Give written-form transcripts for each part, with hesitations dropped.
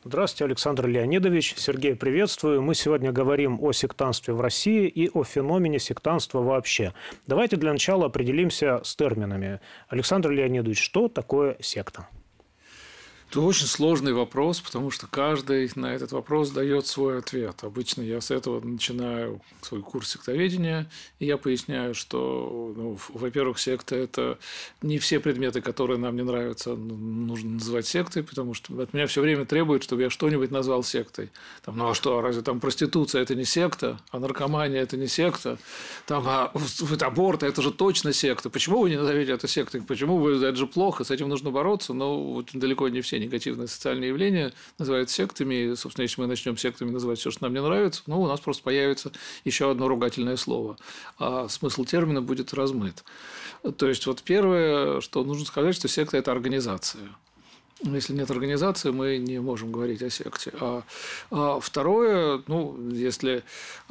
Здравствуйте, Александр Леонидович. Сергей, приветствую. Мы сегодня говорим о сектантстве в России и о феномене сектантства вообще. Давайте для начала определимся с терминами. Александр Леонидович, что такое секта? Это очень сложный вопрос, потому что каждый на этот вопрос дает свой ответ. Обычно я с этого начинаю свой курс сектоведения, и я поясняю, что, во-первых, секта – это не все предметы, которые нам не нравятся, нужно называть сектой, потому что от меня все время требуют, чтобы я что-нибудь назвал сектой. А что, разве там проституция – это не секта, а наркомания – это не секта, аборт – это же точно секта. Почему вы не назовете это сектой? Почему это же плохо, с этим нужно бороться, но далеко не все негативные социальные явления называют сектами. И, собственно, если мы начнем сектами называть все, что нам не нравится, у нас просто появится еще одно ругательное слово, а смысл термина будет размыт. То есть, первое, что нужно сказать, что секта – это организация. Если нет организации, мы не можем говорить о секте. Второе, если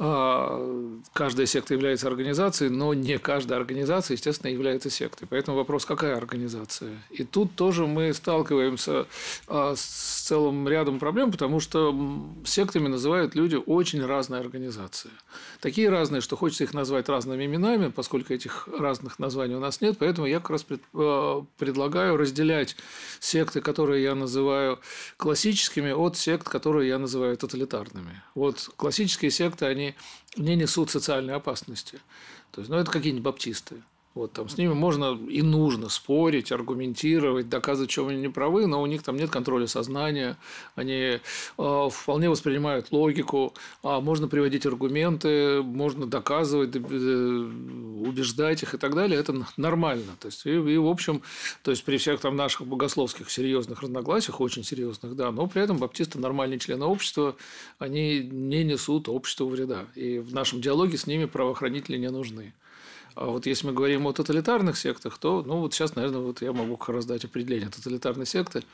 каждая секта является организацией, но не каждая организация, естественно, является сектой. Поэтому вопрос, какая организация? И тут тоже мы сталкиваемся с целым рядом проблем, потому что сектами называют люди очень разные организации. Такие разные, что хочется их назвать разными именами, поскольку этих разных названий у нас нет. Поэтому я как раз предлагаю разделять секты, которые я называю классическими, от сект, которые я называю тоталитарными. Классические секты, они не несут социальной опасности. То есть, это какие-нибудь баптисты. С ними можно и нужно спорить, аргументировать, доказывать, что они не правы, но у них там нет контроля сознания, они вполне воспринимают логику, можно приводить аргументы, можно доказывать, убеждать их и так далее. Это нормально. В общем, при всех наших богословских серьезных разногласиях, очень серьезных, да, но при этом баптисты нормальные члены общества, они не несут обществу вреда. И в нашем диалоге с ними правоохранители не нужны. А если мы говорим о тоталитарных сектах, то сейчас, наверное, я могу как раз дать определение тоталитарной секты.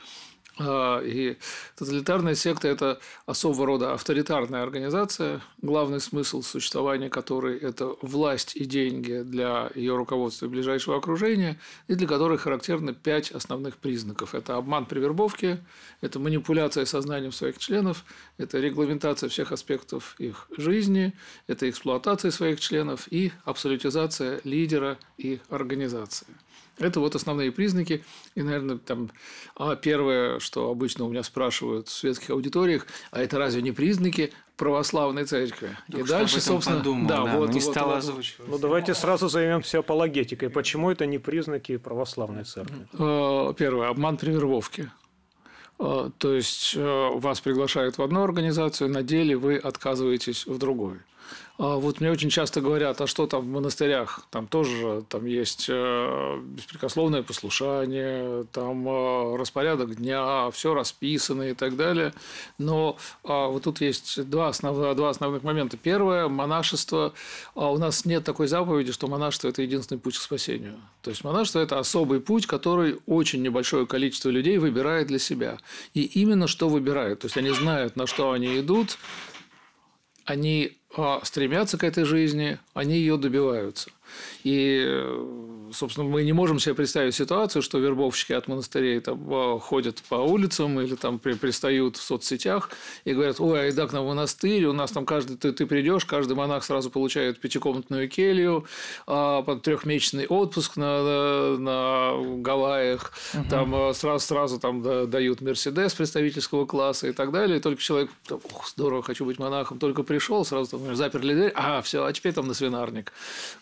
И тоталитарная секта – это особого рода авторитарная организация, главный смысл существования которой – это власть и деньги для ее руководства и ближайшего окружения, и для которой характерны 5 основных признаков. Это обман при вербовке, это манипуляция сознанием своих членов, это регламентация всех аспектов их жизни, это эксплуатация своих членов и абсолютизация лидера и организации. Это основные признаки. И, наверное, первое, что обычно у меня спрашивают в светских аудиториях, а это разве не признаки православной церкви? И дальше, собственно, подумал, не стал озвучивать. Давайте сразу займемся апологетикой. Почему это не признаки православной церкви? Первое – обман при вербовке. То есть, вас приглашают в одну организацию, на деле вы отказываетесь в другой. Мне очень часто говорят, а что там в монастырях? Там тоже есть беспрекословное послушание, там распорядок дня, все расписано и так далее. Но тут есть два основных момента. Первое – монашество. У нас нет такой заповеди, что монашество – это единственный путь к спасению. То есть, монашество – это особый путь, который очень небольшое количество людей выбирает для себя. И именно что выбирают. То есть, они знают, на что они идут, они стремятся к этой жизни, они ее добиваются. И, собственно, мы не можем себе представить ситуацию, что вербовщики от монастырей ходят по улицам или пристают в соцсетях и говорят: ой, айда к нам в монастырь, у нас там ты придешь, каждый монах сразу получает 5-комнатную келью, под 3-месячный отпуск на Гавайях, там сразу дают Мерседес представительского класса и так далее. И только человек: здорово, хочу быть монахом, только пришел, сразу заперли дверь, все, а теперь на свинарник.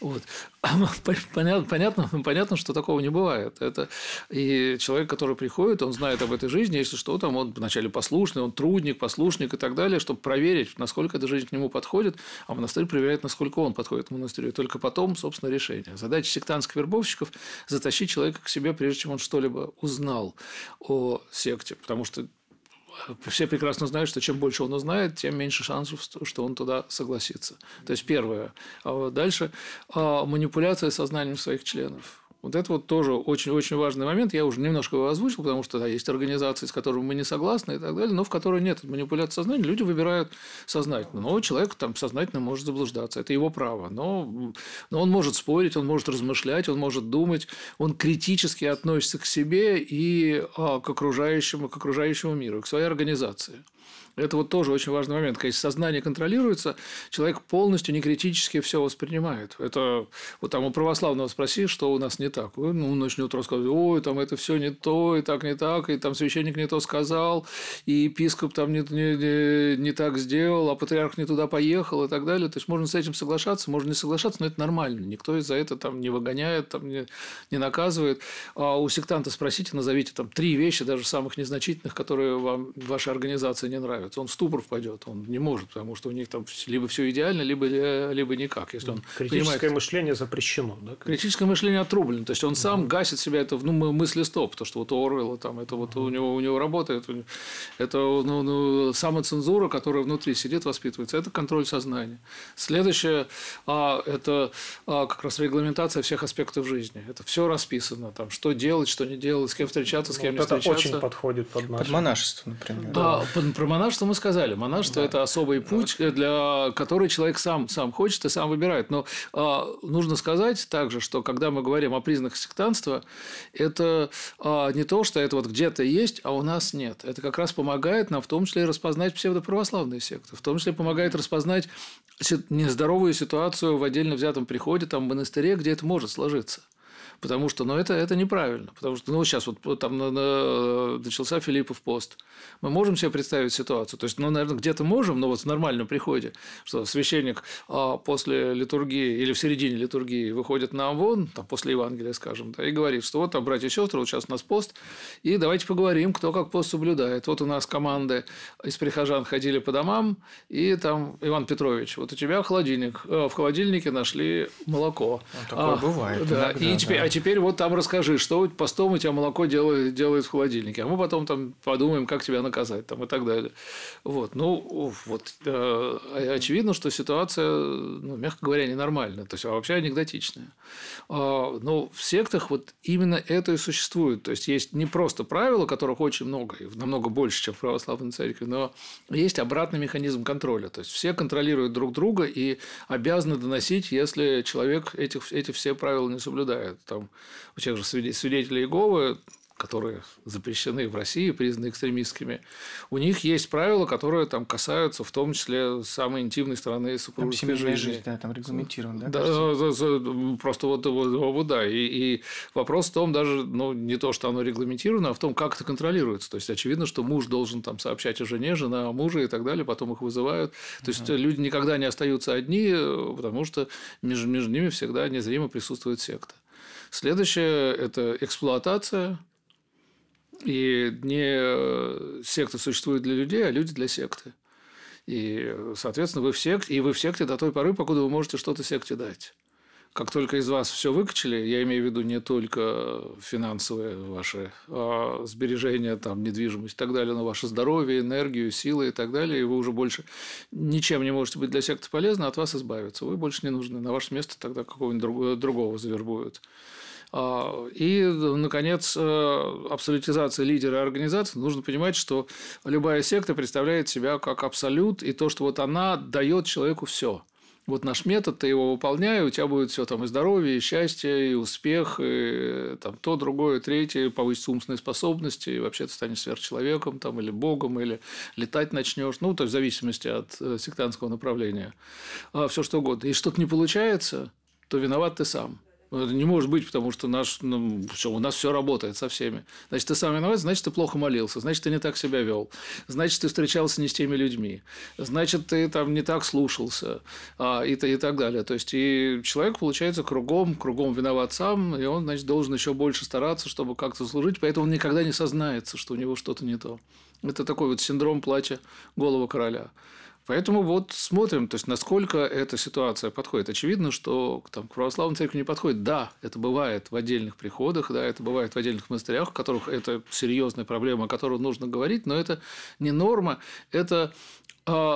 Понятно, что такого не бывает. И человек, который приходит, он знает об этой жизни, если что, он вначале послушный, он трудник, послушник и так далее, чтобы проверить, насколько эта жизнь к нему подходит, а монастырь проверяет, насколько он подходит к монастырю. И только потом, собственно, решение. Задача сектантских вербовщиков – затащить человека к себе, прежде чем он что-либо узнал о секте, потому что все прекрасно знают, что чем больше он узнает, тем меньше шансов, что он туда согласится. То есть, первое. А дальше манипуляция сознанием своих членов. Вот это вот тоже очень-очень важный момент. Я уже немножко его озвучил, потому что да, есть организации, с которыми мы не согласны и так далее, но в которой нет манипуляции сознанием. Люди выбирают сознательно. Но человек там сознательно может заблуждаться. Это его право. Но он может спорить, он может размышлять, он может думать. Он критически относится к себе и к окружающему миру, к своей организации. Это вот тоже очень важный момент. Если сознание контролируется, человек полностью некритически все воспринимает. Это вот там у православного спроси, что у нас не так. Он начнет рассказывать, ой, там это все не то, и так не так, и там священник не то сказал, и епископ там не так сделал, а патриарх не туда поехал и так далее. То есть можно с этим соглашаться, можно не соглашаться, но это нормально. Никто за это там не выгоняет, там, не наказывает. А у сектанта спросите, назовите там 3 вещи, даже самых незначительных, которые вам вашей организации не нравятся. Он в ступор впадет, он не может, потому что у них там либо все идеально, либо никак. Если он критическое мышление запрещено, да? Критическое мышление отрублено, то есть он сам гасит себя это мысли-стоп, то что вот у Оруэлла там это вот у него работает, это самоцензура, которая внутри сидит, воспитывается, это контроль сознания. Следующее это как раз регламентация всех аспектов жизни. Это все расписано, там что делать, что не делать, с кем встречаться, с кем не встречаться. Это очень подходит под монашество, например. Да, про монашество мы сказали. Монашество – это особый путь, для который человек сам хочет и сам выбирает. Но нужно сказать также, что когда мы говорим о признаках сектантства, это не то, что это вот где-то есть, а у нас нет. Это как раз помогает нам в том числе распознать псевдоправославные секты. В том числе помогает распознать нездоровую ситуацию в отдельно взятом приходе, там, в монастыре, где это может сложиться. Потому что это неправильно. Потому что сейчас вот там начался Филиппов пост. Мы можем себе представить ситуацию. То есть, наверное, где-то можем, но вот в нормальном приходе, что священник после литургии или в середине литургии выходит на амвон, там, после Евангелия, скажем, да, и говорит, что вот там, братья и сестры, вот сейчас у нас пост, и давайте поговорим, кто как пост соблюдает. Вот у нас команды из прихожан ходили по домам, и там Иван Петрович, вот у тебя холодильник. В холодильнике нашли молоко. Такое бывает. Да, иногда, теперь вот там расскажи, что постом у тебя молоко делает в холодильнике, а мы потом там подумаем, как тебя наказать там, и так далее. Вот. Очевидно, что ситуация, мягко говоря, ненормальная, то есть вообще анекдотичная. Но в сектах вот именно это и существует. То есть есть не просто правила, которых очень много, и намного больше, чем в православной церкви, но есть обратный механизм контроля. То есть все контролируют друг друга и обязаны доносить, если человек эти все правила не соблюдает. Там, у тех же свидетелей Иеговы, которые запрещены в России, признаны экстремистскими, у них есть правила, которые там касаются в том числе самой интимной стороны супружеской жизни. Жизнь, да, там регламентирован, да? Да, просто да. И вопрос в том даже, не то, что оно регламентировано, а в том, как это контролируется. То есть, очевидно, что муж должен там сообщать о жене, жена о муже и так далее, потом их вызывают. То есть, люди никогда не остаются одни, потому что между ними всегда незримо присутствует секта. Следующее – это эксплуатация. И не секта существует для людей, а люди для секты. И, соответственно, вы в секте до той поры, покуда вы можете что-то секте дать. Как только из вас все выкачали, я имею в виду не только финансовые ваши сбережения, там, недвижимость и так далее, но ваше здоровье, энергию, силы и так далее, и вы уже больше ничем не можете быть для секты полезны, от вас избавиться. Вы больше не нужны. На ваше место тогда какого-нибудь другого завербуют. И, наконец, абсолютизация лидера организации. Нужно понимать, что любая секта представляет себя как абсолют, и то, что вот она дает человеку все. Вот наш метод, ты его выполняй, у тебя будет все там и здоровье, и счастье, и успех, и там то, другое, третье, повысить умственные способности, и вообще ты станешь сверхчеловеком там, или богом, или летать начнешь. То есть в зависимости от сектантского направления. Все что угодно. И что-то не получается, то виноват ты сам. Это не может быть, потому что у нас все работает со всеми. Значит, ты сам виноват, значит, ты плохо молился, значит, ты не так себя вел, значит, ты встречался не с теми людьми, значит, ты там не так слушался и так далее. То есть, и человек, получается, кругом виноват сам, и он, значит, должен еще больше стараться, чтобы как-то служить, поэтому он никогда не сознается, что у него что-то не то. Это такой вот синдром плача голого короля. Поэтому вот смотрим, то есть, насколько эта ситуация подходит. Очевидно, что там, к православной церкви не подходит. Да, это бывает в отдельных приходах, да, это бывает в отдельных монастырях, в которых это серьезная проблема, о которой нужно говорить, но это не норма, это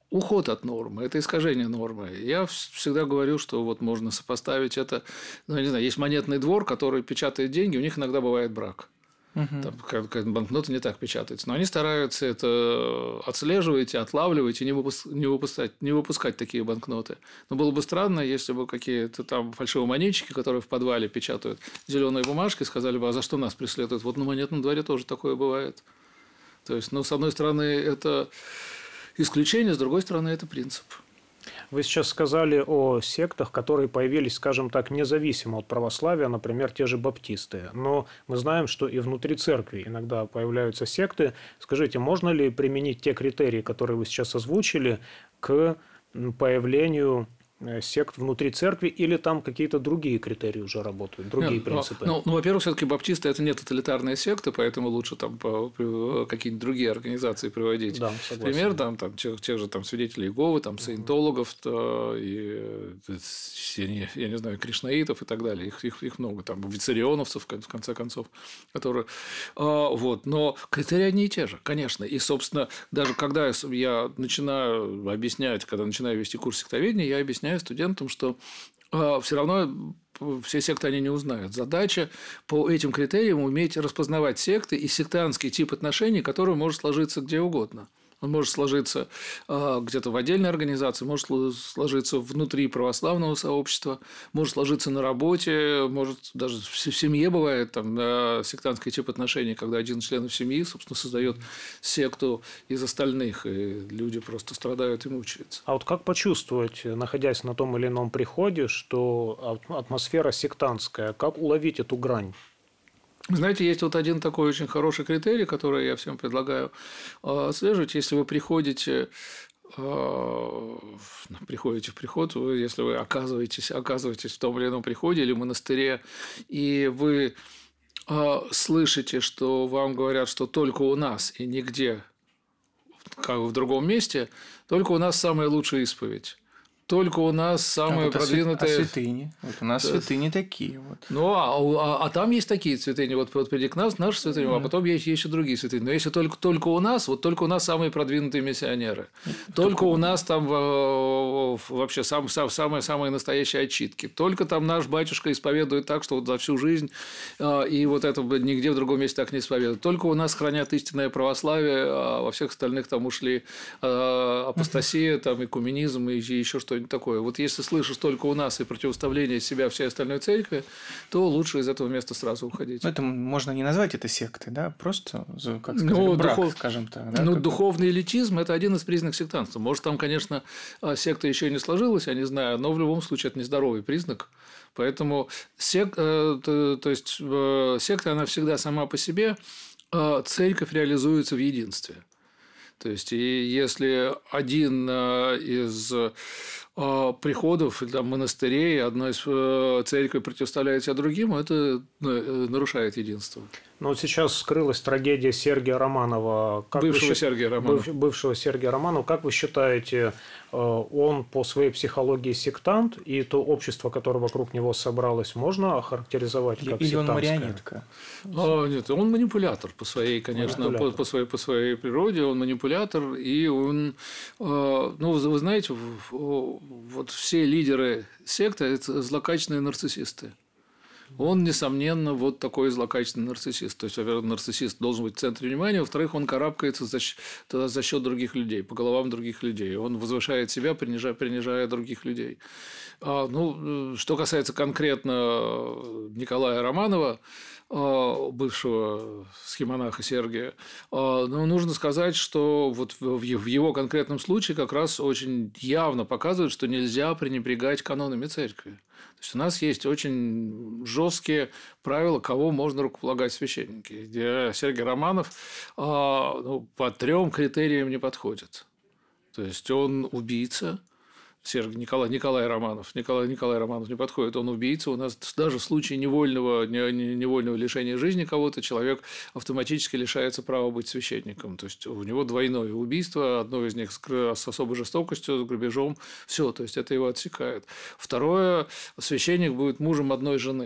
уход от нормы, это искажение нормы. Я всегда говорю, что вот можно сопоставить это. Ну, я не знаю, есть монетный двор, который печатает деньги, у них иногда бывает брак. Там, банкноты не так печатаются. Но они стараются это отслеживать, отлавливать и не выпускать такие банкноты. Но было бы странно, если бы какие-то там фальшивомонетчики, которые в подвале печатают зеленые бумажки, сказали бы, а за что нас преследуют? Вот на монетном дворе тоже такое бывает. То есть, ну, с одной стороны, это исключение, с другой стороны, это принцип. Вы сейчас сказали о сектах, которые появились, скажем так, независимо от православия, например, те же баптисты. Но мы знаем, что и внутри церкви иногда появляются секты. Скажите, можно ли применить те критерии, которые вы сейчас озвучили, к появлению сект внутри церкви, или там какие-то другие критерии уже работают, другие принципы? Ну, во-первых, все-таки баптисты – это не тоталитарные секты, поэтому лучше там какие-нибудь другие организации приводить. Да, согласен. Пример там тех же там свидетелей Иеговы, там саентологов, и, я не знаю, кришнаитов и так далее. Их много, там виссарионовцев, в конце концов, которые… Вот. Но критерии одни и те же, конечно. И, собственно, даже когда я начинаю объяснять, когда начинаю вести курс сектоведения, я объясняю студентам, что все равно все секты они не узнают. Задача по этим критериям уметь распознавать секты и сектантский тип отношений, который может сложиться где угодно. Он может сложиться где-то в отдельной организации, может сложиться внутри православного сообщества, может сложиться на работе, может даже в семье бывает там, сектантский тип отношений, когда один из членов семьи, собственно, создает секту из остальных, и люди просто страдают и мучаются. А вот как почувствовать, находясь на том или ином приходе, что атмосфера сектантская, как уловить эту грань? Знаете, есть вот один такой очень хороший критерий, который я всем предлагаю отслеживать. Если вы приходите в приход, если вы оказываетесь в том или ином приходе или монастыре, и вы слышите, что вам говорят, что только у нас и нигде, как в другом месте, только у нас самая лучшая исповедь. Только у нас самые продвинутые… святыни. Вот у нас святыни такие вот. Ну, а там есть такие святыни. Вот приди к нас, наши святыни, а потом есть еще другие святыни. Но если только у нас, вот только у нас самые продвинутые миссионеры. Только у нас там вообще самые настоящие отчитки. Только там наш батюшка исповедует так, что вот за всю жизнь, и вот это нигде в другом месте так не исповедуют. Только у нас хранят истинное православие, а во всех остальных там ушли апостасия, там, экуменизм и еще что-нибудь такое. Вот если слышишь только у нас и противоставление себя всей остальной церкви, то лучше из этого места сразу уходить. Это можно не назвать это сектой, да? Просто, как сказать, брак, скажем так. Да? Духовный элитизм – это один из признаков сектантства. Может, там, конечно, секта еще и не сложилась, я не знаю, но в любом случае это нездоровый признак. Поэтому секта, она всегда сама по себе, церковь реализуется в единстве. То есть, и если один из приходов, там, монастырей, одной из церкви противоставляет себя другим, это нарушает единство. Ну, вот сейчас скрылась трагедия Сергия Романова. Бывшего Сергия Романова. Как вы считаете, он по своей психологии сектант, и то общество, которое вокруг него собралось, можно охарактеризовать как или сектантское? Он марионетка? Нет, он манипулятор по своей, конечно, по своей природе, он манипулятор, и он, вы знаете, вот все лидеры секты – это злокачественные нарциссисты. Он, несомненно, вот такой злокачественный нарциссист. То есть, во-первых, нарциссист должен быть в центре внимания, во-вторых, он карабкается за счет других людей, по головам других людей. Он возвышает себя, принижая других людей. Что касается конкретно Николая Романова, бывшего схимонаха Сергия, нужно сказать, что вот в его конкретном случае как раз очень явно показывает, что нельзя пренебрегать канонами церкви. То есть, у нас есть очень жесткие правила, кого можно рукополагать в священники. Где Сергий Романов по 3 критериям не подходит. То есть, он убийца. Николай Романов не подходит, он убийца. У нас даже в случае невольного лишения жизни кого-то человек автоматически лишается права быть священником. То есть, у него двойное убийство, одно из них с особой жестокостью, с грабежом. Все, то есть, это его отсекает. Второе, священник будет мужем одной жены.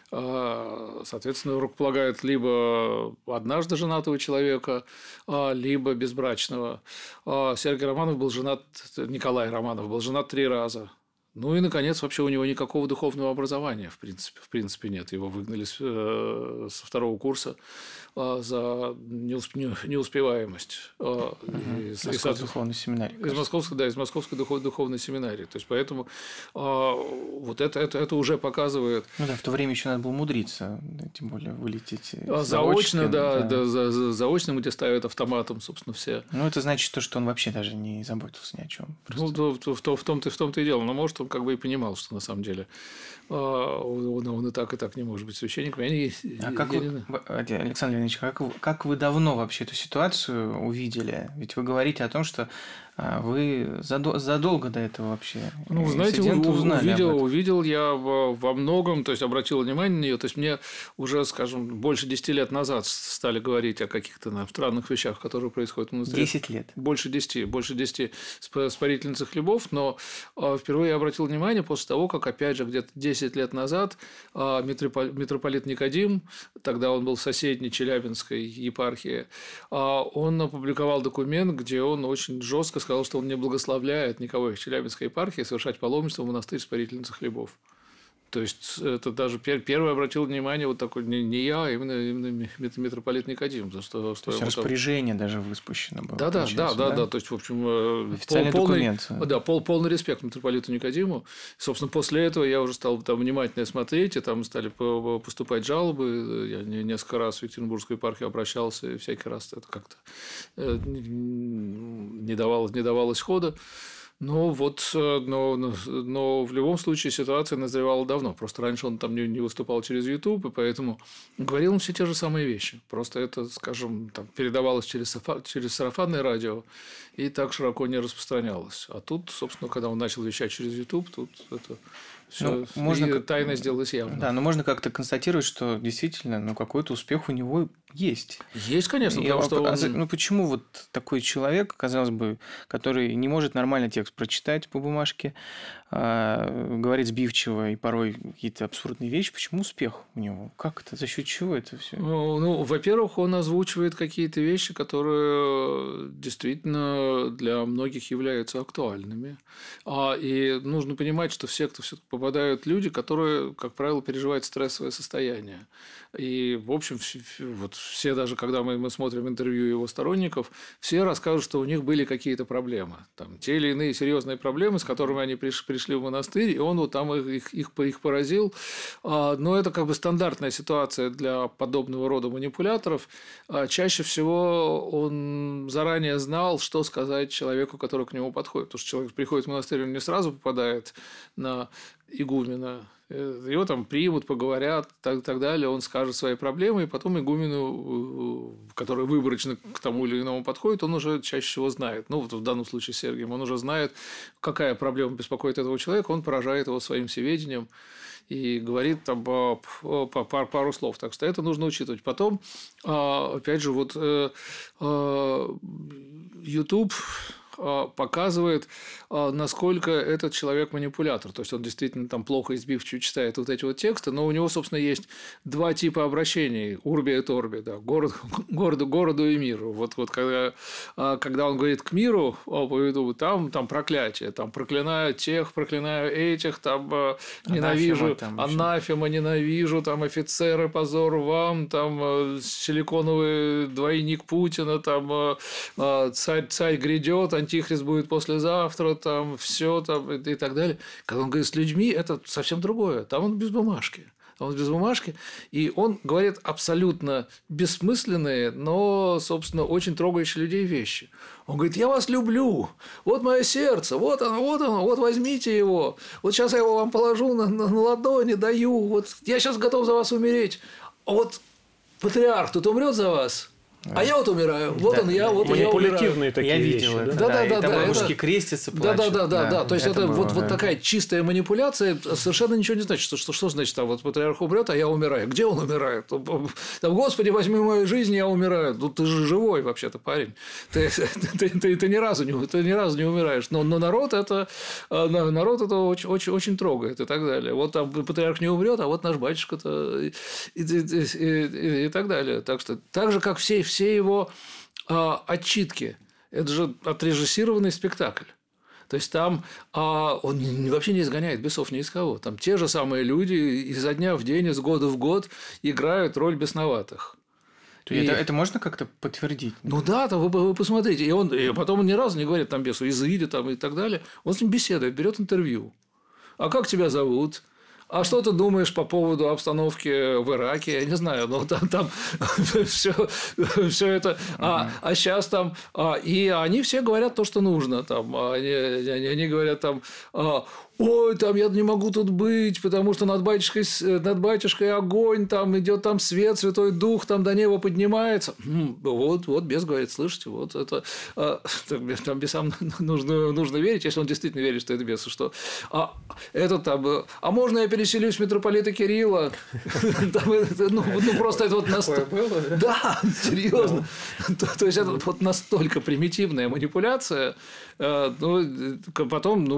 Соответственно, рукополагает либо однажды женатого человека, либо безбрачного. Сергей Романов был женат, Николай Романов был женат 3 раза. Ну и, наконец, вообще у него никакого духовного образования, в принципе нет. Его выгнали со 2-го курса за неуспеваемость. Из Московской духовной семинарии. Из Московской духовной семинарии. То есть, поэтому вот это уже показывает... Ну да, в то время еще надо было мудриться, тем более вылететь заочно, заочно, где ставят автоматом, собственно, все. Ну, это значит то, что он вообще даже не заботился ни о чем. Ну, в том-то и дело. Но, может, он как бы и понимал, что на самом деле он и так не может быть священником. Александр Леонидович, как вы давно вообще эту ситуацию увидели? Ведь вы говорите о том, что вы задолго до этого вообще знаете, увидел я во многом, то есть обратил внимание на нее. То есть мне уже, скажем, больше 10 лет назад стали говорить о каких-то странных вещах, которые происходят в монастыре. 10 лет? Больше 10 спарительниц хлебов, но впервые я обратил внимание после того, как, опять же, где-то 10 лет назад митрополит Никодим, тогда он был в соседней Челябинской епархии, он опубликовал документ, где он очень жестко сказал, что он не благословляет никого из Челябинской епархии совершать паломничество в монастырь Спарительницы хлебов. То есть, это даже первый обратил внимание вот такой, не я, а именно митрополит Никодим. За что то есть, распоряжение даже выспущено было. Да. То есть, в общем, официальный документ. Да, полный респект митрополиту Никодиму. Собственно, после этого я уже стал там внимательно смотреть, и там стали поступать жалобы. Я несколько раз в Екатеринбургскую епархию обращался, и всякий раз это как-то не давалось хода. Но в любом случае ситуация назревала давно. Просто раньше он там не выступал через YouTube, и поэтому говорил он все те же самые вещи. Просто это, скажем, там, передавалось через сарафанное радио и так широко не распространялось. А тут, собственно, когда он начал вещать через YouTube, тут это все тайна сделалась явно. Да, но можно как-то констатировать, что действительно какой-то успех у него есть. Есть, конечно. Почему вот такой человек, казалось бы, который не может нормально текст прочитать по бумажке, говорит сбивчиво и порой какие-то абсурдные вещи, почему успех у него? Как это? За счет чего это все? Во-первых, он озвучивает какие-то вещи, которые действительно для многих являются актуальными. И нужно понимать, что в секту все-таки попадают люди, которые, как правило, переживают стрессовое состояние. И, в общем, вот все, даже когда мы смотрим интервью его сторонников, все расскажут, что у них были какие-то проблемы. Там, те или иные серьезные проблемы, с которыми они пришли в монастырь, и он вот там их поразил. Но это как бы стандартная ситуация для подобного рода манипуляторов. Чаще всего он заранее знал, что сказать человеку, который к нему подходит. Потому что человек приходит в монастырь, он не сразу попадает на игумена. Его там примут, поговорят, так далее. Он скажет свои проблемы, и потом игумену, который выборочно к тому или иному подходит, он уже чаще всего знает. Вот в данном случае с Сергием он уже знает, какая проблема беспокоит этого человека, он поражает его своим всеведением и говорит там пару слов. Так что это нужно учитывать. Потом, опять же, вот YouTube показывает, насколько этот человек манипулятор. То есть, он действительно там плохо избивчиво читает вот эти вот тексты, но у него, собственно, есть 2 типа обращений. Урби et орби, да, городу и миру. Вот когда он говорит к миру, там проклятие, там проклинаю тех, проклинаю этих, там ненавижу, анафема, ненавижу, там офицеры, позор вам, там силиконовый двойник Путина, там царь грядет, антихрист будет послезавтра, там все там и так далее. Когда он говорит с людьми, это совсем другое. Там он без бумажки. И он говорит абсолютно бессмысленные, но, собственно, очень трогающие людей вещи. Он говорит: я вас люблю, вот мое сердце, вот оно, вот возьмите его, вот сейчас я его вам положу на ладони, даю, вот я сейчас готов за вас умереть, а вот патриарх тут умрет за вас. А я вот умираю. Вот Да, он, я, да. вот я умираю. Манипулятивные такие Я вещи. видел это. Да. И там бабушки крестятся, плачут. Да. То есть, это было, вот да. такая чистая манипуляция совершенно ничего не значит. Что значит, там вот патриарх умрет, а я умираю? Где он умирает? Там, Господи, возьми мою жизнь, я умираю. Ну, ты же живой вообще-то, парень. Ты ни разу не умираешь. Но народ это очень трогает и так далее. Вот там патриарх не умрет, а вот наш батюшка-то и так далее. Так что так же, как все его отчитки. Это же отрежиссированный спектакль. То есть, там он вообще не изгоняет бесов ни из кого. Там те же самые люди изо дня в день, из года в год играют роль бесноватых. Это можно как-то подтвердить? Ну да, там вы посмотрите. И потом он ни разу не говорит там бесу «изыди» там, и так далее. Он с ним беседует, берет интервью. А как тебя зовут? А что ты думаешь по поводу обстановки в Ираке? Я не знаю, но там все это. А сейчас там. И они все говорят то, что нужно. Там, они говорят там. Ой, там я не могу тут быть, потому что над батюшкой огонь, там идет там свет, Святой Дух, там до неба поднимается. Вот бес говорит, слышите, вот это там бесам нужно верить, если он действительно верит, что это бесы, что можно я переселюсь в митрополита Кирилла? Ну, просто это вот настолько... Да, серьезно. То есть, это вот настолько примитивная манипуляция. Потом,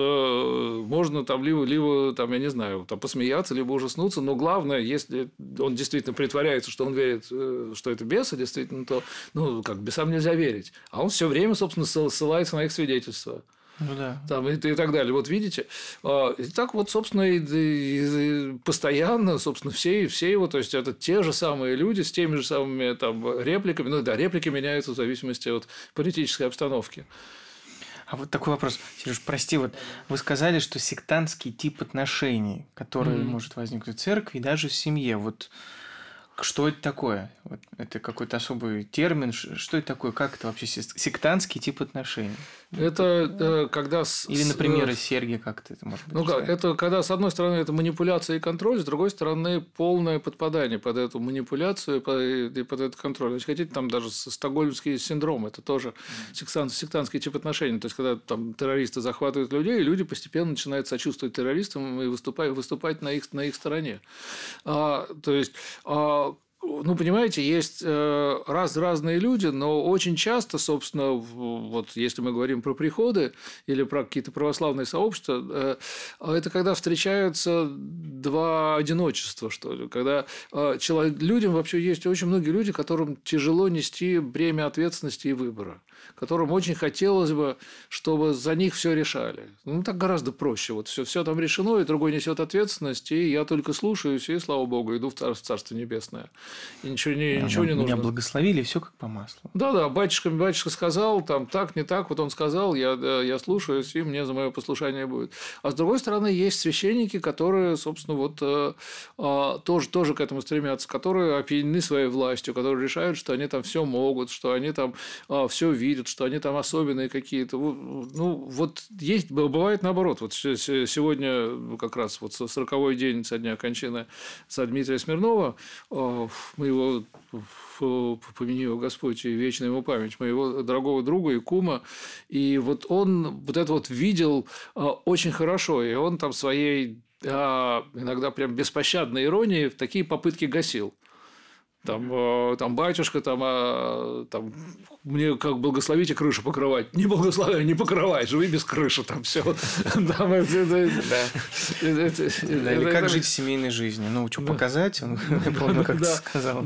можно там либо там, я не знаю, там посмеяться, либо ужаснуться, но главное, если он действительно притворяется, что он верит, что это бесы, действительно, то, как бесам нельзя верить. А он все время, собственно, ссылается на их свидетельства. Ну да. Там, и так далее. Вот видите. И так вот, собственно, и постоянно, собственно, все его, то есть, это те же самые люди с теми же самыми там репликами. Ну да, реплики меняются в зависимости от политической обстановки. А вот такой вопрос. Сереж, прости, вот вы сказали, что сектантский тип отношений, который может возникнуть в церкви и даже в семье. Вот что это такое? Вот это какой-то особый термин. Что это такое? Как это вообще сектантский тип отношений? Это когда... Или, например, из Сергия как-то это может быть? Это когда, с одной стороны, это манипуляция и контроль, с другой стороны, полное подпадание под эту манипуляцию и под этот контроль. Если хотите, там даже стокгольмский синдром, это тоже сектантский тип отношений. То есть, когда там террористы захватывают людей, и люди постепенно начинают сочувствовать террористам и выступать на их стороне. То есть... понимаете, есть разные люди, но очень часто, собственно, вот если мы говорим про приходы или про какие-то православные сообщества, это когда встречаются два одиночества, что ли. Когда людям вообще есть очень многие люди, которым тяжело нести бремя ответственности и выбора, которым очень хотелось бы, чтобы за них все решали. Так гораздо проще. Вот все там решено, и другой несет ответственность, и я только слушаюсь, и, слава Богу, иду в Царство Небесное. И ничего не нужно. Меня благословили, все как по маслу. Да, батюшка сказал, там так, не так, вот он сказал, я слушаюсь, и мне за мое послушание будет. А с другой стороны, есть священники, которые, собственно, тоже к этому стремятся, которые опьянены своей властью, которые решают, что они там все могут, что они там все видят, что они там особенные какие-то. Бывает наоборот. Вот сегодня как раз 40-й день со дня кончины отца Дмитрия Смирнова, мы его помяни его Господь и вечная ему память, моего дорогого друга и кума, и вот он вот это вот видел очень хорошо, и он там своей иногда прям беспощадной иронией такие попытки гасил. Там батюшка, там мне как благословите крышу покрывать. Не благословляй, не покрывай, живи без крыши, там все. Или как жить семейной жизнью? Что показать? Я помню, как ты сказал.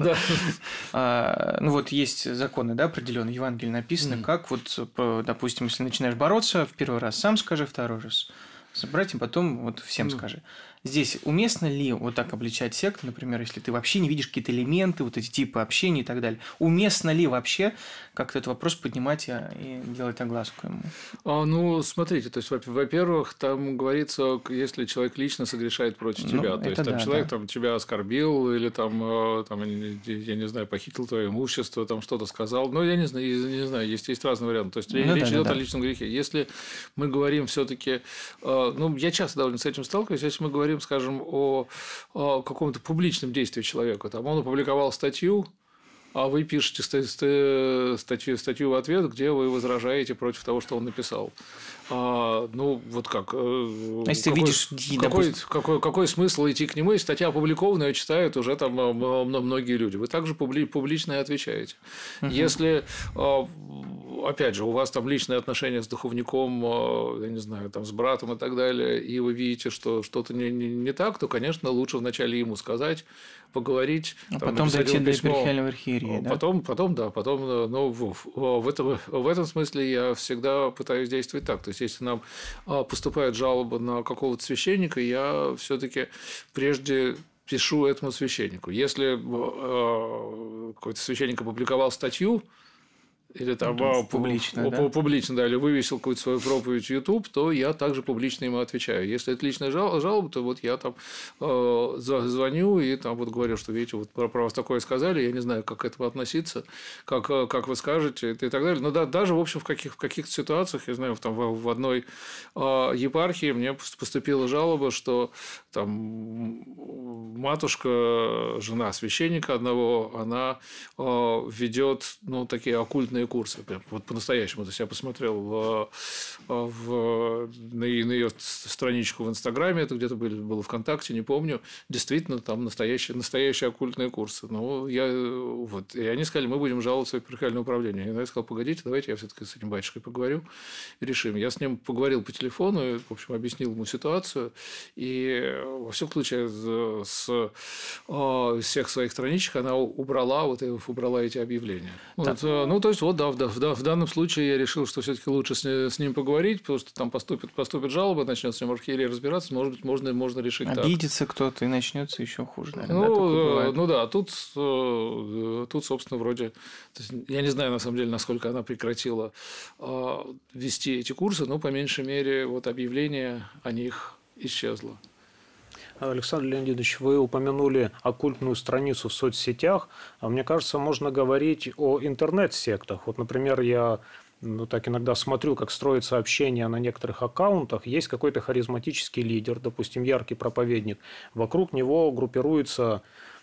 Есть законы, да, определенные, в Евангелии написано, как допустим, если начинаешь бороться, в первый раз сам скажи, второй раз с братьям, потом всем скажи. Здесь уместно ли вот так обличать секту, например, если ты вообще не видишь какие-то элементы, вот эти типы общения и так далее? Уместно ли вообще как-то этот вопрос поднимать и делать огласку ему? Смотрите, то есть, во-первых, там говорится, если человек лично согрешает против тебя, то есть, там человек там, тебя оскорбил или там, я не знаю, похитил твое имущество, там что-то сказал, я не знаю, есть разные варианты. То есть, речь идет о личном грехе. Если мы говорим все-таки, я часто довольно с этим сталкиваюсь, если мы говорим, скажем, о каком-то публичном действии человека. Там он опубликовал статью, а вы пишете статью в ответ, где вы возражаете против того, что он написал. Вот как? Если ты видишь, какой смысл идти к нему, если статья опубликована, ее читают уже там многие люди. Вы также публично и отвечаете. Если, опять же, у вас там личные отношения с духовником, я не знаю, там, с братом и так далее, и вы видите, что что-то не так, то, конечно, лучше вначале ему сказать, поговорить. А потом дойти до епархиального архиерея, да? Потом, но в этом смысле я всегда пытаюсь действовать так. То есть, если нам поступает жалоба на какого-то священника, я все-таки прежде пишу этому священнику. Если какой-то священник опубликовал статью, или там публично, да? Публично, да, или вывесил какую-то свою проповедь в YouTube, то я также публично ему отвечаю. Если это личная жалоба, то вот я там звоню и там вот говорю, что, видите, вот про вас такое сказали, я не знаю, как к этому относиться, как вы скажете и так далее. Но да, даже, в общем, в каких-то ситуациях, я знаю, там, в одной епархии мне поступила жалоба, что там матушка, жена священника одного, она ведет, такие оккультные курсы. Вот по-настоящему. То есть, я посмотрел на ее страничку в Инстаграме, это где-то было ВКонтакте, не помню. Действительно, там настоящие оккультные курсы. И они сказали, мы будем жаловаться в епархиальное управление. Я сказал, погодите, давайте я все-таки с этим батюшкой поговорю и решим. Я с ним поговорил по телефону, в общем, объяснил ему ситуацию. И, во всяком случае, с всех своих страничек она убрала эти объявления. То есть, в данном случае я решил, что все-таки лучше с ним поговорить, потому что там поступит жалоба, начнет с ним архиерей разбираться, может быть, можно решить так. Обидится кто-то, и начнется еще хуже, наверное. Тут, собственно, вроде... То есть, я не знаю, на самом деле, насколько она прекратила вести эти курсы, но, по меньшей мере, вот объявление о них исчезло. Александр Леонидович, вы упомянули оккультную страницу в соцсетях, а мне кажется, можно говорить о интернет-сектах. Вот, например, я так иногда смотрю, как строятся общения на некоторых аккаунтах. Есть какой-то харизматический лидер, допустим, яркий проповедник. Вокруг него группируется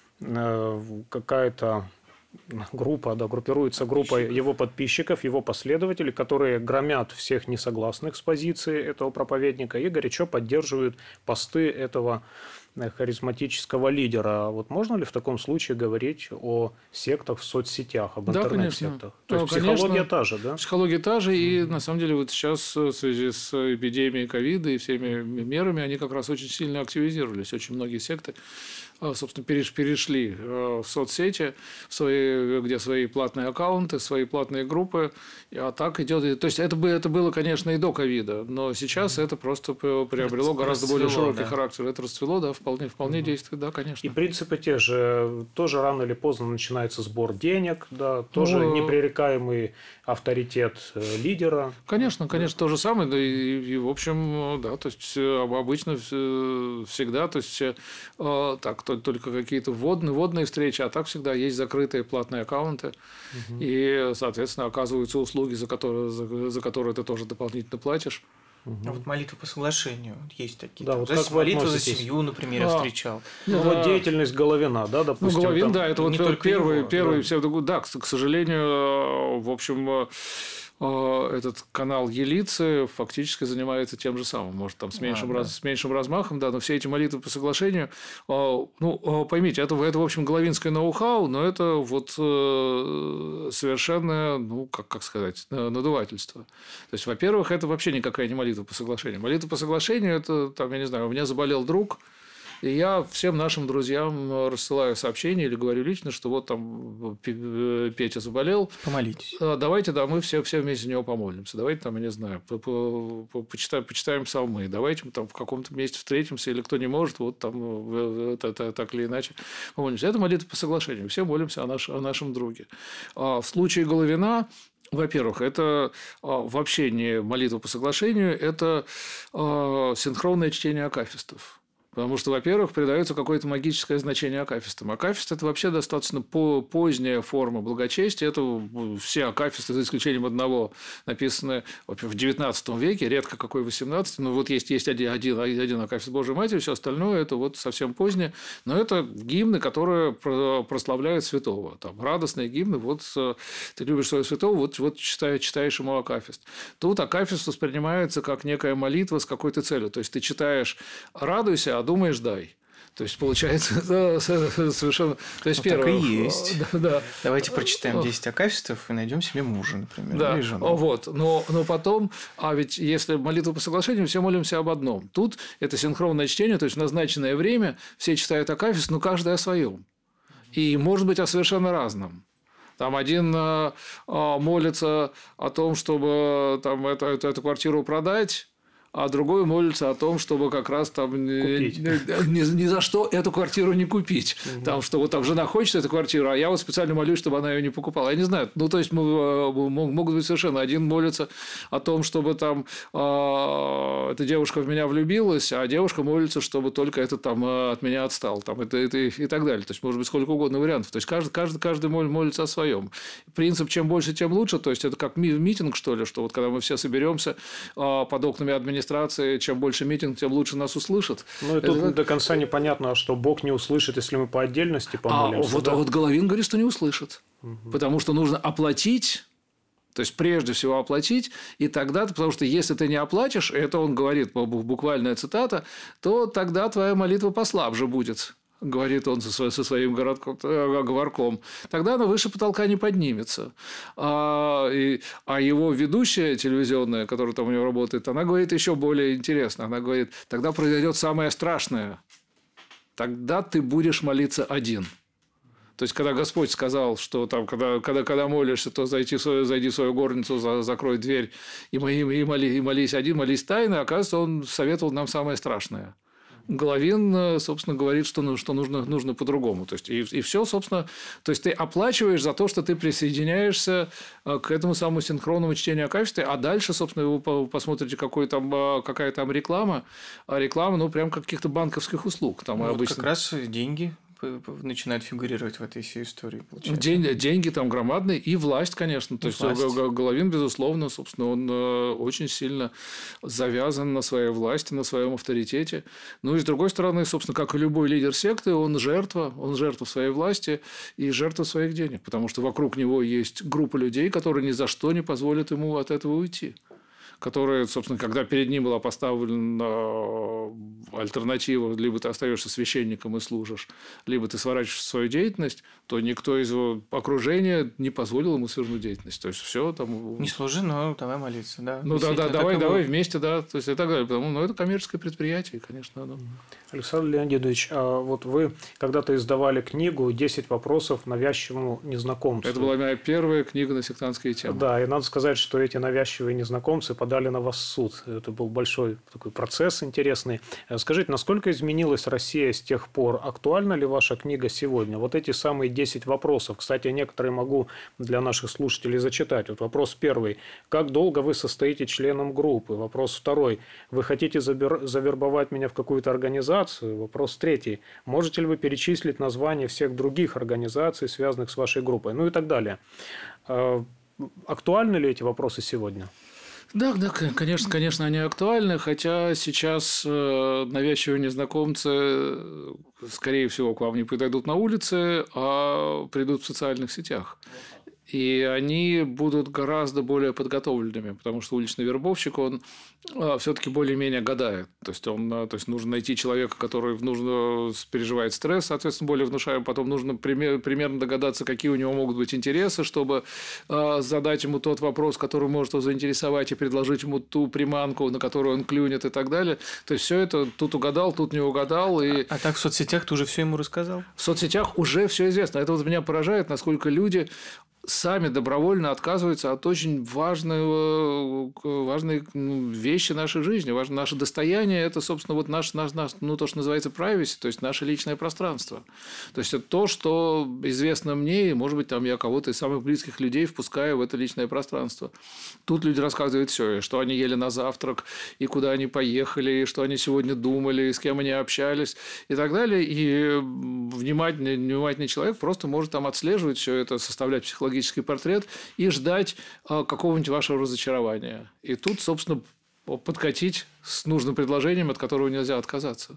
какая-то группируется группа его подписчиков, его последователей, которые громят всех несогласных с позицией этого проповедника и горячо поддерживают посты этого харизматического лидера. Вот можно ли в таком случае говорить о сектах в соцсетях, об интернет-сектах? То есть психология та же, да? Психология та же, и на самом деле вот сейчас в связи с эпидемией ковида и всеми мерами они как раз очень сильно активизировались. Очень многие секты, собственно, перешли в соцсети, где свои платные аккаунты, свои платные группы, а так идет. То есть это было, конечно, и до ковида, но сейчас это просто приобрело гораздо более широкий характер. Это расцвело, да, вполне действует, да, конечно. И принципы те же, тоже рано или поздно начинается сбор денег, да, тоже непререкаемый авторитет лидера. Конечно, то же самое, да, и в общем, да, то есть обычно всегда, то есть так, только какие-то вводные встречи, а так всегда есть закрытые платные аккаунты, и, соответственно, оказываются услуги, за которые ты тоже дополнительно платишь. А вот молитва по соглашению есть такие. Да, вот как молитва за семью, например, я встречал. Вот деятельность Головина, да, допустим. Головин, да, это вот первый да, к сожалению, в общем, этот канал Елицы фактически занимается тем же самым. Может, там с меньшим размахом, да, но все эти молитвы по соглашению, поймите, это в общем, головинское ноу-хау, но это вот совершенно, как сказать, надувательство. То есть, во-первых, это вообще никакая не молитва по соглашению. Молитва по соглашению – это, там, я не знаю, у меня заболел друг, и я всем нашим друзьям рассылаю сообщение или говорю лично, что вот там Петя заболел. Помолитесь. Давайте, да, мы все вместе за него помолимся. Давайте там, я не знаю, почитаем псалмы. Давайте мы там в каком-то месте встретимся, или кто не может, вот там так или иначе помолимся. Это молитва по соглашению. Все молимся о нашем друге. В случае Головина, во-первых, это вообще не молитва по соглашению, это синхронное чтение акафистов. Потому что, во-первых, придается какое-то магическое значение акафистам. Акафист – это вообще достаточно поздняя форма благочестия. Это все акафисты, за исключением одного, написаны в XIX веке, редко какой в XVIII. Но вот есть один акафист Божьей Матери, все остальное – это вот совсем позднее. Но это гимны, которые прославляют святого. Там радостные гимны. Вот ты любишь своего святого, вот читаешь ему акафист. Тут акафист воспринимается как некая молитва с какой-то целью. То есть ты читаешь «радуйся», а думаешь «дай». То есть, получается, это совершенно... То есть, так и есть. Да. Давайте прочитаем 10 акафистов и найдем себе мужа, например. Да, или жену. вот. Но потом... А ведь если молитва по соглашению, все молимся об одном. Тут это синхронное чтение, то есть, в назначенное время все читают акафист, но каждый о своем. И, может быть, о совершенно разном. Там один молится о том, чтобы там, эту квартиру продать, а другой молится о том, чтобы как раз там ни за что эту квартиру не купить. Там, что вот там жена хочет эту квартиру, а я вот специально молюсь, чтобы она ее не покупала. Я не знаю. Ну, то есть, могут быть совершенно. Один молится о том, чтобы там эта девушка в меня влюбилась, а девушка молится, чтобы только этот там от меня отстал. Там, это, и так далее. То есть, может быть, сколько угодно вариантов. То есть, каждый молится о своем. Принцип «чем больше, тем лучше». То есть, это как митинг, что ли, что вот когда мы все соберемся под окнами администрации, чем больше митинг, тем лучше нас услышат. Ну, и тут до конца непонятно, что Бог не услышит, если мы по отдельности помолимся. А вот Головин говорит, что не услышит. Потому что нужно оплатить, то есть, прежде всего оплатить, и тогда, потому что если ты не оплатишь, это он говорит, буквальная цитата, то тогда твоя молитва послабже будет. Говорит он со своим говорком, тогда она выше потолка не поднимется. А его ведущая телевизионная, которая там у него работает, она говорит еще более интересно. Она говорит, тогда произойдет самое страшное. Тогда ты будешь молиться один. То есть, когда Господь сказал, что там, когда молишься, то зайди в свою горницу, закрой дверь и молись один, молись тайно, оказывается, он советовал нам самое страшное. Головин, собственно, говорит, что нужно по-другому. То есть, и все, собственно... То есть, ты оплачиваешь за то, что ты присоединяешься к этому самому синхронному чтению акафиста, а дальше, собственно, вы посмотрите, какая там реклама. А реклама, ну, прям каких-то банковских услуг. Там обычно... Как раз деньги начинают фигурировать в этой всей истории. Деньги там громадные, и власть, конечно. То есть, Головин, безусловно, собственно, он очень сильно завязан на своей власти, на своем авторитете. Ну, и с другой стороны, собственно, как и любой лидер секты, он жертва своей власти и жертва своих денег. Потому что вокруг него есть группа людей, которые ни за что не позволят ему от этого уйти. Которые, собственно, когда перед ним была поставлена альтернатива, либо ты остаешься священником и служишь, либо ты сворачиваешь свою деятельность, то никто из его окружения не позволил ему свернуть деятельность. То есть, все там... Не служи, но давай молиться, да. Ну, да, давай вместе, да. То есть, и так далее. Потому, это коммерческое предприятие, конечно. Да. Александр Леонидович, а вот вы когда-то издавали книгу «10 вопросов навязчивому незнакомцу». Это была моя первая книга на сектантские темы. Да, и надо сказать, что эти навязчивые незнакомцы подали на вас в суд. Это был большой такой процесс интересный. Скажите, насколько изменилась Россия с тех пор? Актуальна ли ваша книга сегодня? Вот эти самые 10 вопросов. Кстати, некоторые могу для наших слушателей зачитать. Вот вопрос первый. Как долго вы состоите членом группы? Вопрос второй. Вы хотите завербовать меня в какую-то организацию? Вопрос третий. Можете ли вы перечислить названия всех других организаций, связанных с вашей группой? Ну и так далее. Актуальны ли эти вопросы сегодня? Да, конечно, они актуальны, хотя сейчас навязчивые незнакомцы, скорее всего, к вам не подойдут на улице, а придут в социальных сетях. И они будут гораздо более подготовленными, потому что уличный вербовщик, он все-таки более-менее гадает. То есть, нужно найти человека, который переживает стресс, соответственно, более внушаем. Потом нужно примерно догадаться, какие у него могут быть интересы, чтобы задать ему тот вопрос, который может его заинтересовать, и предложить ему ту приманку, на которую он клюнет и так далее. То есть, все это тут угадал, тут не угадал. И... А так в соцсетях ты уже все ему рассказал? В соцсетях уже все известно. Это вот меня поражает, насколько люди сами добровольно отказываются от очень важной вещи нашей жизни. Наше достояние – это, собственно, вот то, что называется privacy, то есть наше личное пространство. То есть это то, что известно мне, и, может быть, там я кого-то из самых близких людей впускаю в это личное пространство. Тут люди рассказывают все, что они ели на завтрак, и куда они поехали, и что они сегодня думали, и с кем они общались, и так далее. И внимательный человек просто может там отслеживать все это, составлять психологический портрет и ждать какого-нибудь вашего разочарования. И тут, собственно, подкатить с нужным предложением, от которого нельзя отказаться.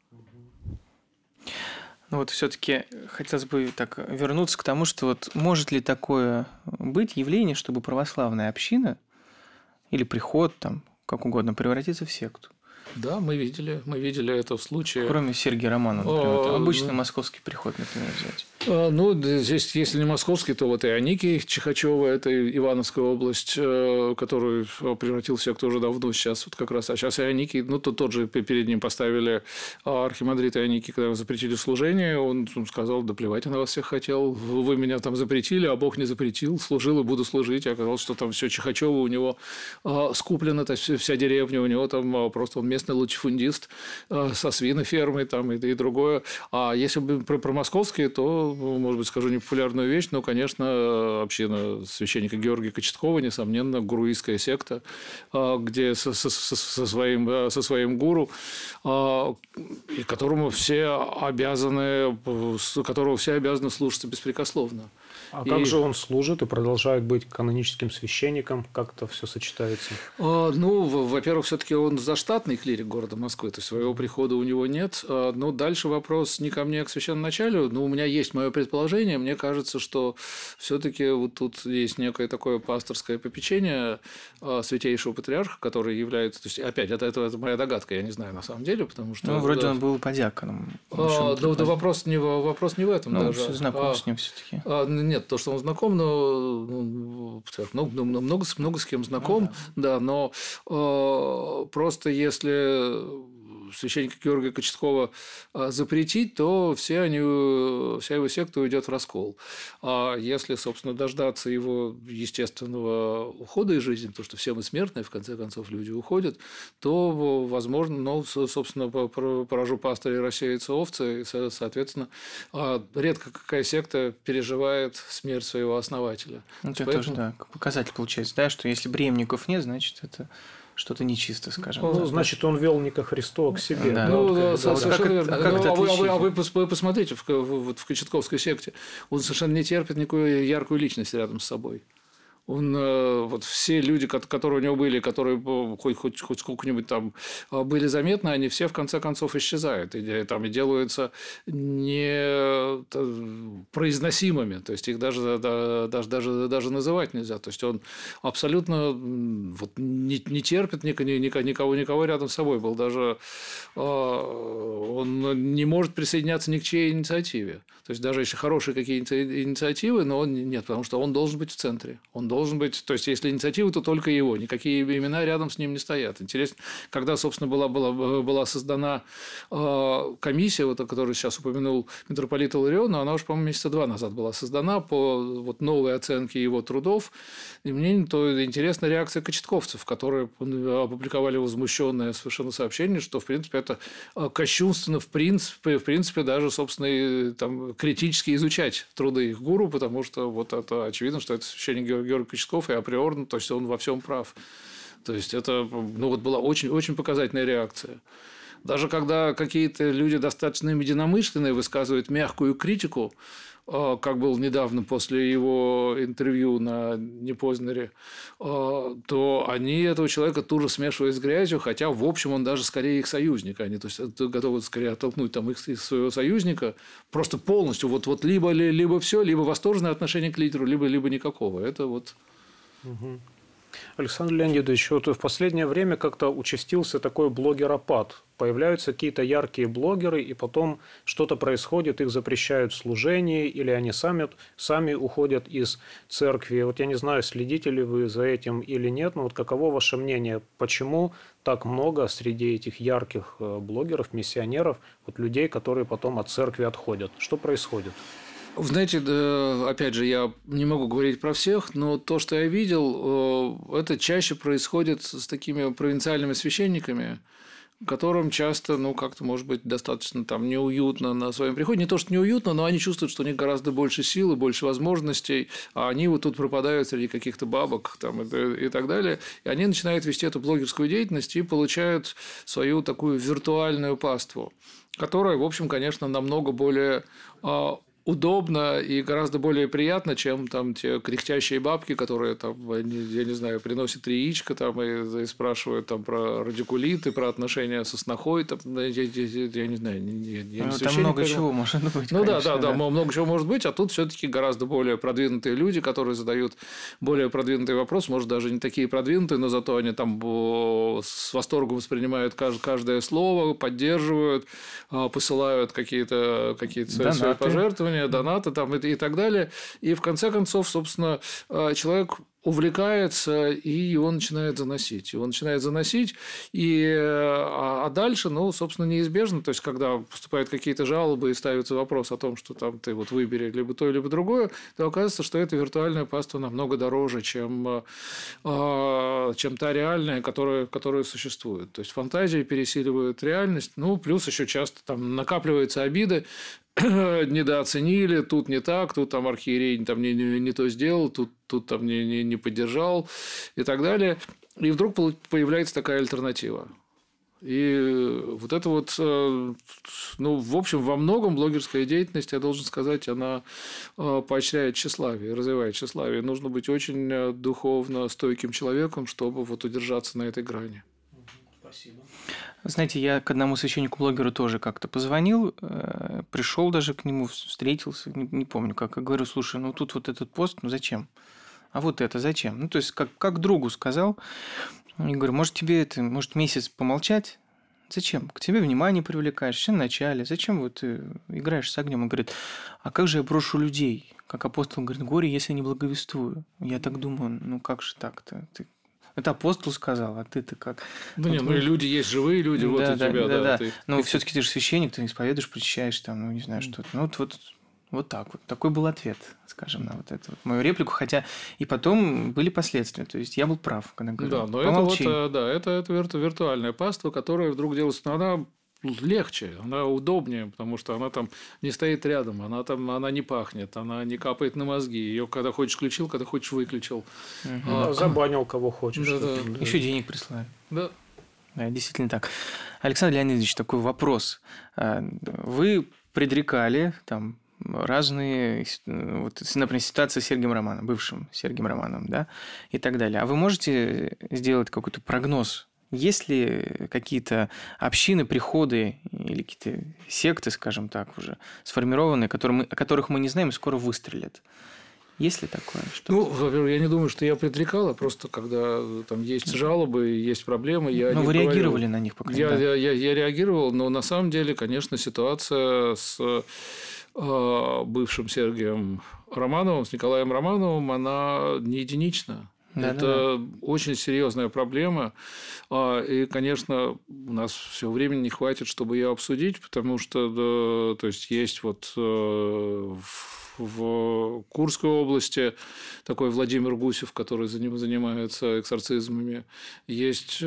Ну вот все-таки хотелось бы так вернуться к тому, что вот может ли такое быть явление, чтобы православная община или приход, там, как угодно, превратиться в секту? Да, мы видели это в случае... Кроме Сергия Романова, например. Там обычный московский приход, например, взять. Ну, здесь, если не московский, то вот и Аники Чихачева, это Ивановская область, которую превратил в секту уже давно сейчас, вот как раз. А сейчас и Аники, ну, тот же перед ним поставили архимандрита Аники, когда его запретили служение, он сказал: да плевать я на вас всех хотел, вы меня там запретили, а Бог не запретил, служил и буду служить. И оказалось, что там все Чихачева у него скуплено, то есть вся деревня у него там просто он местный латифундист со свинофермой там и другое. А если бы про московские, то, может быть, скажу непопулярную вещь, но, конечно, община священника Георгия Кочеткова, несомненно, гуруистская секта, где со своим гуру, и которого все обязаны слушаться беспрекословно. А как же он служит и продолжает быть каноническим священником? Как это все сочетается? Ну, во-первых, все-таки он заштатный клирик города Москвы, то есть своего прихода у него нет. Но дальше вопрос не ко мне, а к священноначалию. Но у меня есть мое предположение. Мне кажется, что все-таки вот тут есть некое такое пасторское попечение святейшего патриарха, который является... То есть, опять, это моя догадка, я не знаю на самом деле, потому что... Ну, вроде он был подьяконом. Да, вопрос не в этом даже. Знаком с ним все-таки. Нет, то, что он знаком, но много с кем знаком, да, но просто если священника Георгия Кочеткова запретить, то вся его секта уйдет в раскол. А если, собственно, дождаться его естественного ухода из жизни, потому что все мы смертные, в конце концов, люди уходят, то, возможно, собственно, поражу пастыря, рассеются овцы, и, соответственно, редко какая секта переживает смерть своего основателя. Это тоже, да, показатель получается, да, что если преемников нет, значит, это... что-то нечисто, скажем. Ну, значит, он вел не ко Христу, а к себе. Да. Совершенно верно. Как это отличить? Вы посмотрите в Кочетковской секте. Он совершенно не терпит никакую яркую личность рядом с собой. Вот все люди, которые у него были, которые хоть сколько-нибудь там были заметны, они все в конце концов исчезают и делаются непроизносимыми, то есть их даже называть нельзя. То есть он абсолютно не терпит никого рядом с собой был, даже он не может присоединяться ни к чьей инициативе. То есть даже если хорошие какие-то инициативы, но он нет, потому что он должен быть в центре. Он должен быть, то есть, если инициатива, то только его, никакие имена рядом с ним не стоят. Интересно, когда, собственно, была создана комиссия, вот, о которой сейчас упомянул митрополит Иларион, она уже, по-моему, месяца 2 назад была создана по новой оценке его трудов. И мне то интересна реакция кочетковцев, которые опубликовали возмущенное совершенно сообщение, что, в принципе, это кощунственно, в принципе, даже, собственно, там, критически изучать труды их гуру, потому что вот это очевидно, что это священник Георгий Кочетков, и априорно, то есть он во всем прав. То есть это была очень, очень показательная реакция. Даже когда какие-то люди достаточно единомышленные высказывают мягкую критику, как был недавно после его интервью на Непознере, то они этого человека тут же смешивают с грязью, хотя, в общем, он даже скорее их союзник. Они то есть, готовы скорее оттолкнуть там, их из своего союзника просто полностью. Вот либо все, либо восторженное отношение к лидеру, либо никакого. Это вот... Угу. Александр Леонидович, вот в последнее время как-то участился такой блогеропад. Появляются какие-то яркие блогеры, и потом что-то происходит, их запрещают в служении, или они сами уходят из церкви. Вот я не знаю, следите ли вы за этим или нет, но вот каково ваше мнение, почему так много среди этих ярких блогеров, миссионеров, вот людей, которые потом от церкви отходят? Что происходит? Знаете, да, опять же, я не могу говорить про всех, но то, что я видел, это чаще происходит с такими провинциальными священниками, которым часто, как-то, может быть, достаточно там неуютно на своем приходе. Не то, что неуютно, но они чувствуют, что у них гораздо больше силы, больше возможностей, а они вот тут пропадают среди каких-то бабок там, и так далее. И они начинают вести эту блогерскую деятельность и получают свою такую виртуальную паству, которая, в общем, конечно, намного более удобно и гораздо более приятно, чем там те кряхтящие бабки, которые там, я не знаю, приносят яичко там и спрашивают там про радикулиты, про отношения со снохой, там, я не знаю, я не Там священник, много поэтому... чего может быть. Ну конечно, да, много чего может быть, а тут все-таки гораздо более продвинутые люди, которые задают более продвинутый вопрос, может, даже не такие продвинутые, но зато они там с восторгом воспринимают каждое слово, поддерживают, посылают какие-то свои пожертвования, донаты там и так далее. И в конце концов, собственно, человек увлекается, и его начинает заносить. А дальше, собственно, неизбежно. То есть, когда поступают какие-то жалобы и ставится вопрос о том, что там ты вот выбери либо то, либо другое, то оказывается, что эта виртуальная паства намного дороже, чем та реальная, которая существует. То есть, фантазии пересиливают реальность. Плюс еще часто там накапливаются обиды, недооценили, тут не так, тут там архиерей там не то сделал, тут там не поддержал и так далее. И вдруг появляется такая альтернатива. И вот это вот, в общем, во многом блогерская деятельность, я должен сказать, она поощряет тщеславие, развивает тщеславие. Нужно быть очень духовно стойким человеком, чтобы вот удержаться на этой грани. Спасибо. Знаете, я к одному священнику-блогеру тоже как-то позвонил, пришел даже к нему, встретился, не помню как, и говорю, слушай, тут вот этот пост, зачем? А вот это зачем? То есть, как другу сказал, и говорю, может месяц помолчать? Зачем? К тебе внимание привлекаешь, все в начале. Зачем вот ты играешь с огнем? Он говорит, а как же я брошу людей? Как апостол говорит, горе, если не благовествую. Я так думаю, как же так-то? Это апостол сказал, а ты-то как? Да и люди есть, живые люди, вот у тебя. Да. Но все-таки ты же священник, ты исповедуешь, причащаешь, там, не знаю, что-то. Вот так вот. Такой был ответ, скажем, на вот эту мою реплику. Хотя и потом были последствия. То есть я был прав, когда говорю, да, но помолчи. это виртуальная паства, которая вдруг делается, она легче, она удобнее, потому что она там не стоит рядом, она не пахнет, она не капает на мозги. Ее когда хочешь включил, когда хочешь выключил. Забанил кого хочешь. Да. Еще денег прислали. Да. Да, действительно так. Александр Леонидович, такой вопрос. Вы предрекали там разные, например, ситуации с Сергием Романовым, бывшим Сергием Романовым, да, и так далее. А вы можете сделать какой-то прогноз? Есть ли какие-то общины, приходы или какие-то секты, скажем так, уже сформированные, о которых мы не знаем и скоро выстрелят? Есть ли такое? Во-первых, я не думаю, что я предрекал, а просто когда там есть жалобы, есть проблемы, я вы реагировали на них, по крайней мере. Я реагировал, но на самом деле, конечно, ситуация с бывшим Сергием Романовым, с Николаем Романовым, она не единична. Это очень серьезная проблема. И, конечно, у нас всего времени не хватит, чтобы ее обсудить, потому что то есть вот в Курской области такой Владимир Гусев, который занимается эксорцизмами. Есть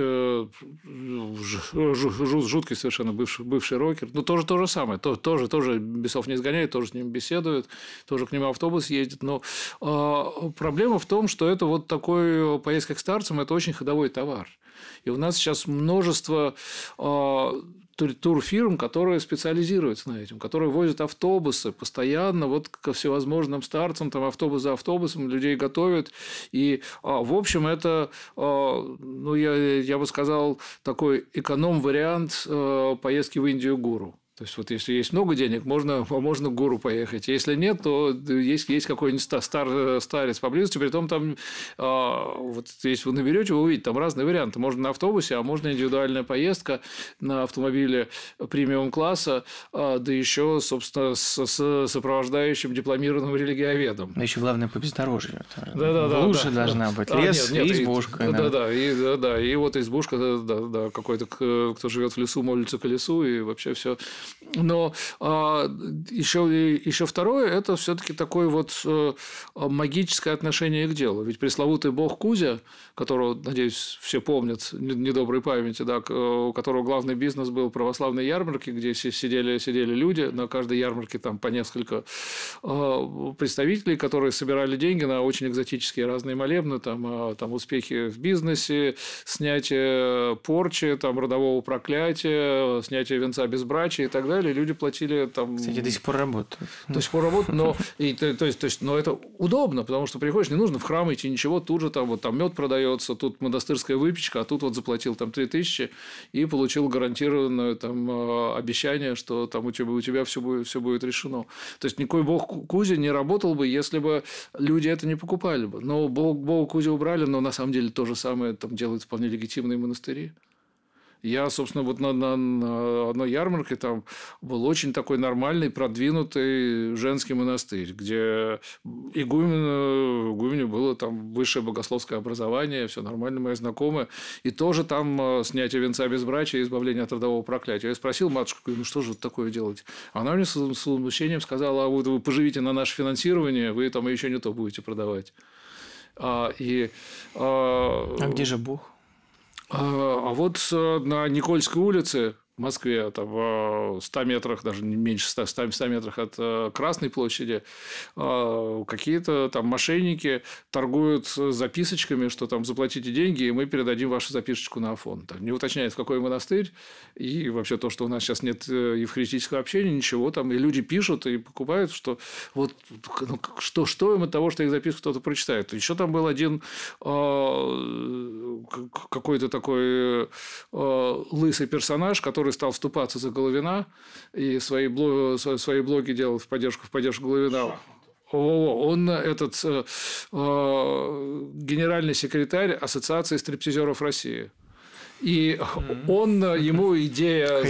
жуткий совершенно бывший рокер. Тоже то же самое. Тоже бесов не изгоняет, тоже с ним беседует, тоже к нему автобус ездит. Но проблема в том, что это вот такой поездка к старцам – это очень ходовой товар. И у нас сейчас множество турфирм, которые специализируются на этом, которые возят автобусы постоянно вот ко всевозможным старцам, там автобус за автобусом, людей готовят. И, в общем, это, я бы сказал, такой эконом-вариант поездки в Индию гуру. То есть, вот если есть много денег, можно к гуру поехать. Если нет, то есть какой-нибудь старец поблизости. Притом там, вот если вы наберете, вы увидите, там разные варианты. Можно на автобусе, а можно индивидуальная поездка на автомобиле премиум-класса, да еще, собственно, с сопровождающим дипломированным религиоведом. Но еще главное по бездорожью. Лучше должна быть лес и избушка. И вот избушка, какой-то, кто живет в лесу, молится колесу, и вообще все Но еще второе – это все-таки такое вот магическое отношение к делу. Ведь пресловутый бог Кузя, которого, надеюсь, все помнят, недоброй памяти, да, у которого главный бизнес был православные ярмарки, где сидели люди, на каждой ярмарке там по несколько представителей, которые собирали деньги на очень экзотические разные молебны, там успехи в бизнесе, снятие порчи, там, родового проклятия, снятие венца безбрачия и так далее. Люди платили там... Кстати, до сих пор работают. До сих пор работают, но это удобно, потому что приходишь, не нужно в храм идти, ничего, тут же там мед продается, тут монастырская выпечка, а тут вот заплатил там 3000 и получил гарантированное там обещание, что там у тебя все будет решено. То есть никакой бог Кузя не работал бы, если бы люди это не покупали бы. Но бога Кузя убрали, но на самом деле то же самое там делают вполне легитимные монастыри. Я, собственно, вот на одной ярмарке там был очень такой нормальный, продвинутый женский монастырь, где игуменю было там высшее богословское образование, все нормально, мои знакомые, и тоже там снятие венца безбрачия и избавление от родового проклятия. Я спросил матушку, ну что же вот такое делать? Она мне с возмущением сказала: а вот вы поживите на наше финансирование, вы там еще не то будете продавать. А где же Бог? А вот на Никольской улице в Москве, там, в 100 метрах, даже не меньше 100 метрах от Красной площади, какие-то там мошенники торгуют записочками, что там заплатите деньги, и мы передадим вашу записочку на Афон. Там не уточняет, в какой монастырь, и вообще то, что у нас сейчас нет евхаристического общения, ничего там, и люди пишут и покупают, что вот что им от того, что их записку кто-то прочитает. Еще там был один какой-то такой лысый персонаж, который стал вступаться за Головина и свои блоги делал в поддержку Головина. Он генеральный секретарь Ассоциации стриптизеров России. И ему идея...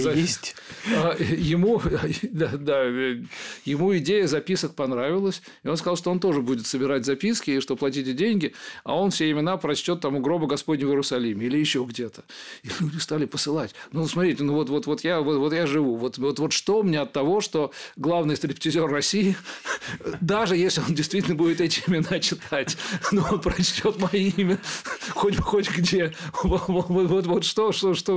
Ему идея записок понравилась, и он сказал, что он тоже будет собирать записки, и что платите деньги, а он все имена прочтет там у гроба Господня в Иерусалиме или еще где-то. И люди стали посылать. Ну, смотрите, вот я живу. Вот что мне от того, что главный стриптизер России, даже если он действительно будет эти имена читать, но он прочтет мое имя хоть где. Вот что?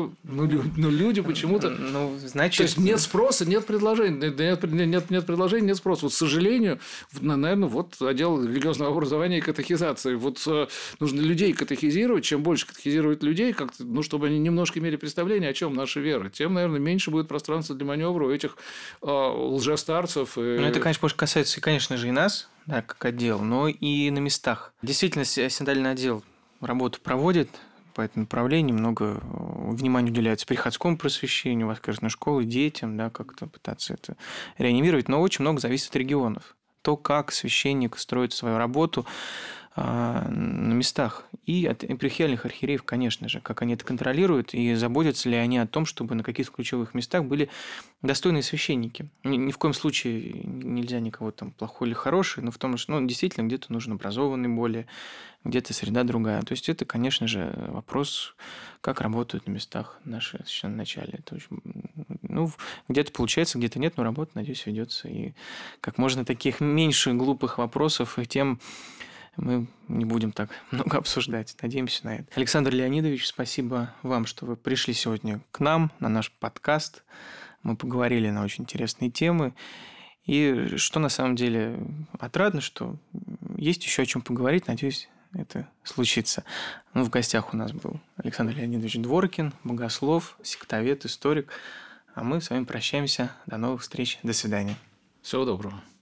Ну, люди почему-то... Ну, значит... То есть нет спроса, нет предложения. Нет предложения, нет спроса. Вот, к сожалению, наверное, вот отдел религиозного образования и катехизации. Вот нужно людей катехизировать. Чем больше катехизировать людей, как-то, чтобы они немножко имели представление, о чем наша вера, тем, наверное, меньше будет пространства для маневра у этих лжестарцев. Ну, это, конечно, больше касается, конечно же, и нас, да, как отдел, но и на местах. Действительно, синодальный отдел работу проводит по этому направлению, много внимания уделяется приходскому просвещению, воскресной школы, детям, да, как-то пытаться это реанимировать, но очень много зависит от регионов. То, как священник строит свою работу на местах. И от епархиальных архиереев, конечно же, как они это контролируют и заботятся ли они о том, чтобы на каких-то ключевых местах были достойные священники. Ни в коем случае нельзя никого там плохой или хороший, но в том, что действительно где-то нужен образованный более, где-то среда другая. То есть это, конечно же, вопрос, как работают на местах наши священноначалия. Это очень, где-то получается, где-то нет, но работа, надеюсь, ведется. И как можно таких меньше глупых вопросов и тем мы не будем так много обсуждать. Надеемся на это. Александр Леонидович, спасибо вам, что вы пришли сегодня к нам, на наш подкаст. Мы поговорили на очень интересные темы. И что на самом деле отрадно, что есть еще о чем поговорить. Надеюсь, это случится. В гостях у нас был Александр Леонидович Дворкин, богослов, сектовед, историк. А мы с вами прощаемся. До новых встреч. До свидания. Всего доброго.